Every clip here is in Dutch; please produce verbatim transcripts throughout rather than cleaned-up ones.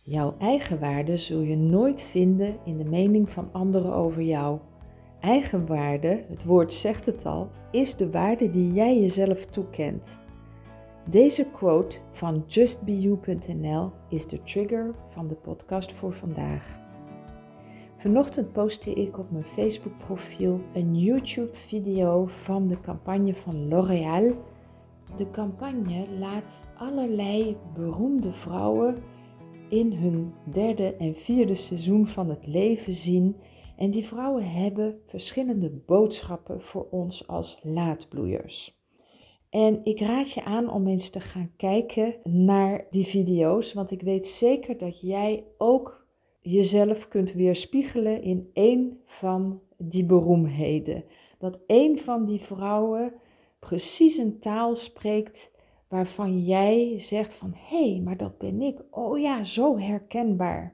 Jouw eigenwaarde zul je nooit vinden in de mening van anderen over jou. Eigenwaarde, het woord zegt het al, is de waarde die jij jezelf toekent. Deze quote van just be you punt n l is de trigger van de podcast voor vandaag. Vanochtend postte ik op mijn Facebook profiel een YouTube video van de campagne van L'Oréal. De campagne laat allerlei beroemde vrouwen in hun derde en vierde seizoen van het leven zien. En die vrouwen hebben verschillende boodschappen voor ons als laatbloeiers. En ik raad je aan om eens te gaan kijken naar die video's, want ik weet zeker dat jij ook jezelf kunt weerspiegelen in één van die beroemdheden. Dat één van die vrouwen precies een taal spreekt waarvan jij zegt van, hé, hey, maar dat ben ik. Oh ja, zo herkenbaar.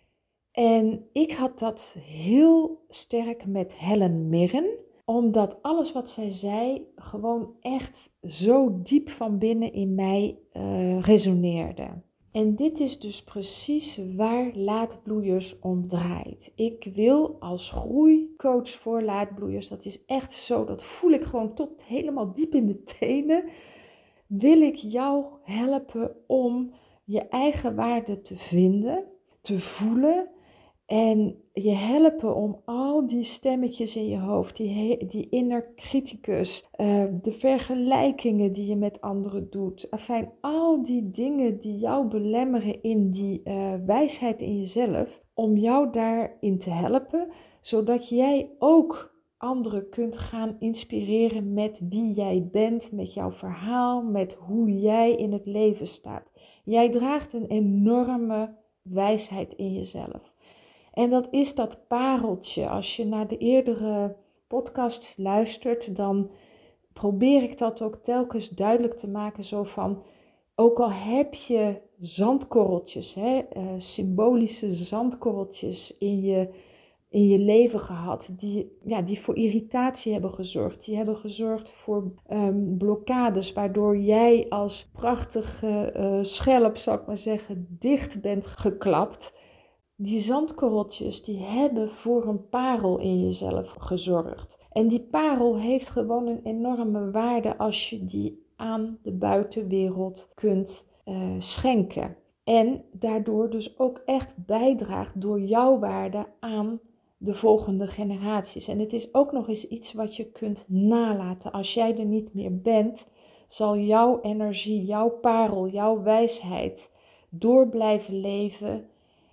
En ik had dat heel sterk met Helen Mirren, omdat alles wat zij zei gewoon echt zo diep van binnen in mij uh, resoneerde. En dit is dus precies waar laatbloeiers om draait. Ik wil als groeicoach voor laatbloeiers, dat is echt zo, dat voel ik gewoon tot helemaal diep in de tenen, wil ik jou helpen om je eigen waarde te vinden, te voelen en je helpen om al die stemmetjes in je hoofd, die, die inner criticus, uh, de vergelijkingen die je met anderen doet, afijn, al die dingen die jou belemmeren in die uh, wijsheid in jezelf, om jou daarin te helpen, zodat jij ook anderen kunt gaan inspireren met wie jij bent, met jouw verhaal, met hoe jij in het leven staat. Jij draagt een enorme wijsheid in jezelf. En dat is dat pareltje. Als je naar de eerdere podcasts luistert, dan probeer ik dat ook telkens duidelijk te maken. Zo van, ook al heb je zandkorreltjes, hè, uh, symbolische zandkorreltjes in je, in je leven gehad, die, ja, die voor irritatie hebben gezorgd. Die hebben gezorgd voor um, blokkades, waardoor jij als prachtige uh, schelp, zal ik maar zeggen, dicht bent geklapt. Die zandkorreltjes, die hebben voor een parel in jezelf gezorgd. En die parel heeft gewoon een enorme waarde als je die aan de buitenwereld kunt uh, schenken. En daardoor dus ook echt bijdraagt door jouw waarde aan de volgende generaties. En het is ook nog eens iets wat je kunt nalaten. Als jij er niet meer bent, zal jouw energie, jouw parel, jouw wijsheid door blijven leven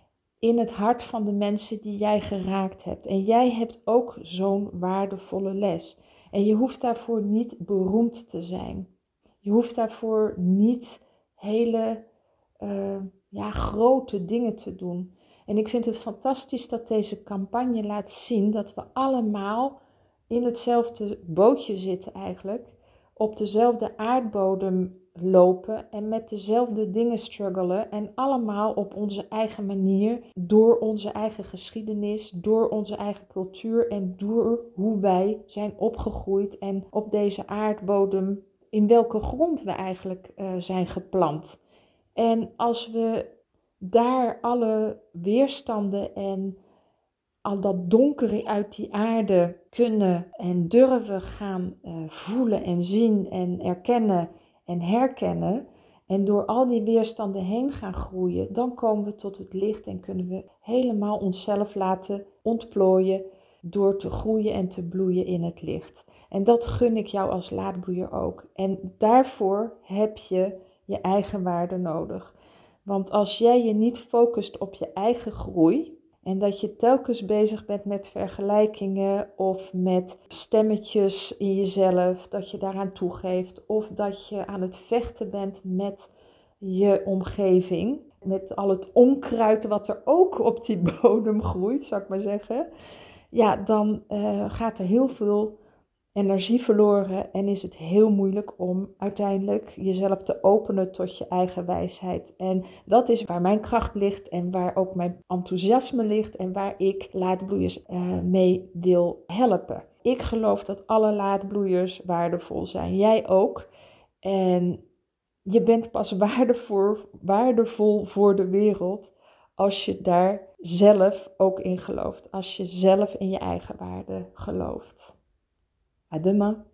in het hart van de mensen die jij geraakt hebt. En jij hebt ook zo'n waardevolle les. En je hoeft daarvoor niet beroemd te zijn. Je hoeft daarvoor niet hele uh, ja, grote dingen te doen. En ik vind het fantastisch dat deze campagne laat zien dat we allemaal in hetzelfde bootje zitten eigenlijk. Op dezelfde aardbodem lopen en met dezelfde dingen struggelen en allemaal op onze eigen manier, door onze eigen geschiedenis, door onze eigen cultuur en door hoe wij zijn opgegroeid en op deze aardbodem in welke grond we eigenlijk uh, zijn geplant. En als we daar alle weerstanden en al dat donkere uit die aarde kunnen en durven gaan uh, voelen en zien en erkennen en herkennen en door al die weerstanden heen gaan groeien, dan komen we tot het licht en kunnen we helemaal onszelf laten ontplooien door te groeien en te bloeien in het licht. En dat gun ik jou als laatbloeier ook. En daarvoor heb je je eigen waarde nodig. Want als jij je niet focust op je eigen groei en dat je telkens bezig bent met vergelijkingen of met stemmetjes in jezelf, dat je daaraan toegeeft of dat je aan het vechten bent met je omgeving, met al het onkruid wat er ook op die bodem groeit, zou ik maar zeggen, ja, dan uh, gaat er heel veel energie verloren en is het heel moeilijk om uiteindelijk jezelf te openen tot je eigen wijsheid. En dat is waar mijn kracht ligt en waar ook mijn enthousiasme ligt en waar ik laatbloeiers uh, mee wil helpen. Ik geloof dat alle laatbloeiers waardevol zijn. Jij ook. En je bent pas waardevol, waardevol voor de wereld als je daar zelf ook in gelooft. Als je zelf in je eigen waarde gelooft. À demain.